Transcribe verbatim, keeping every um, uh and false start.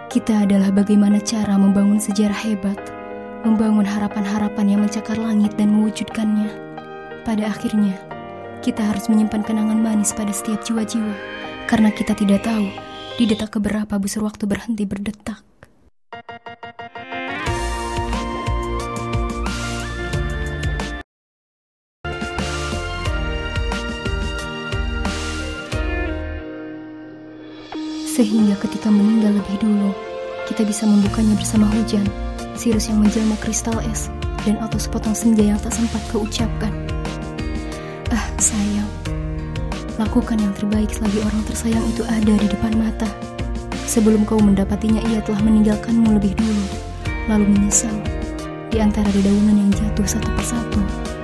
Kita adalah bagaimana cara membangun sejarah hebat, membangun harapan-harapan yang mencakar langit dan mewujudkannya. Pada akhirnya, kita harus menyimpan kenangan manis pada setiap jiwa-jiwa, karena kita tidak tahu di detak keberapa busur waktu berhenti berdetak. Sehingga ketika meninggal lebih dulu, kita bisa membukanya bersama hujan, sirus yang menjelma kristal es, dan atau sepotong senja yang tak sempat kau ucapkan. Ah sayang, lakukan yang terbaik selagi orang tersayang itu ada di depan mata. Sebelum kau mendapatinya, ia telah meninggalkanmu lebih dulu, lalu menyesal di antara dedaunan yang jatuh satu persatu.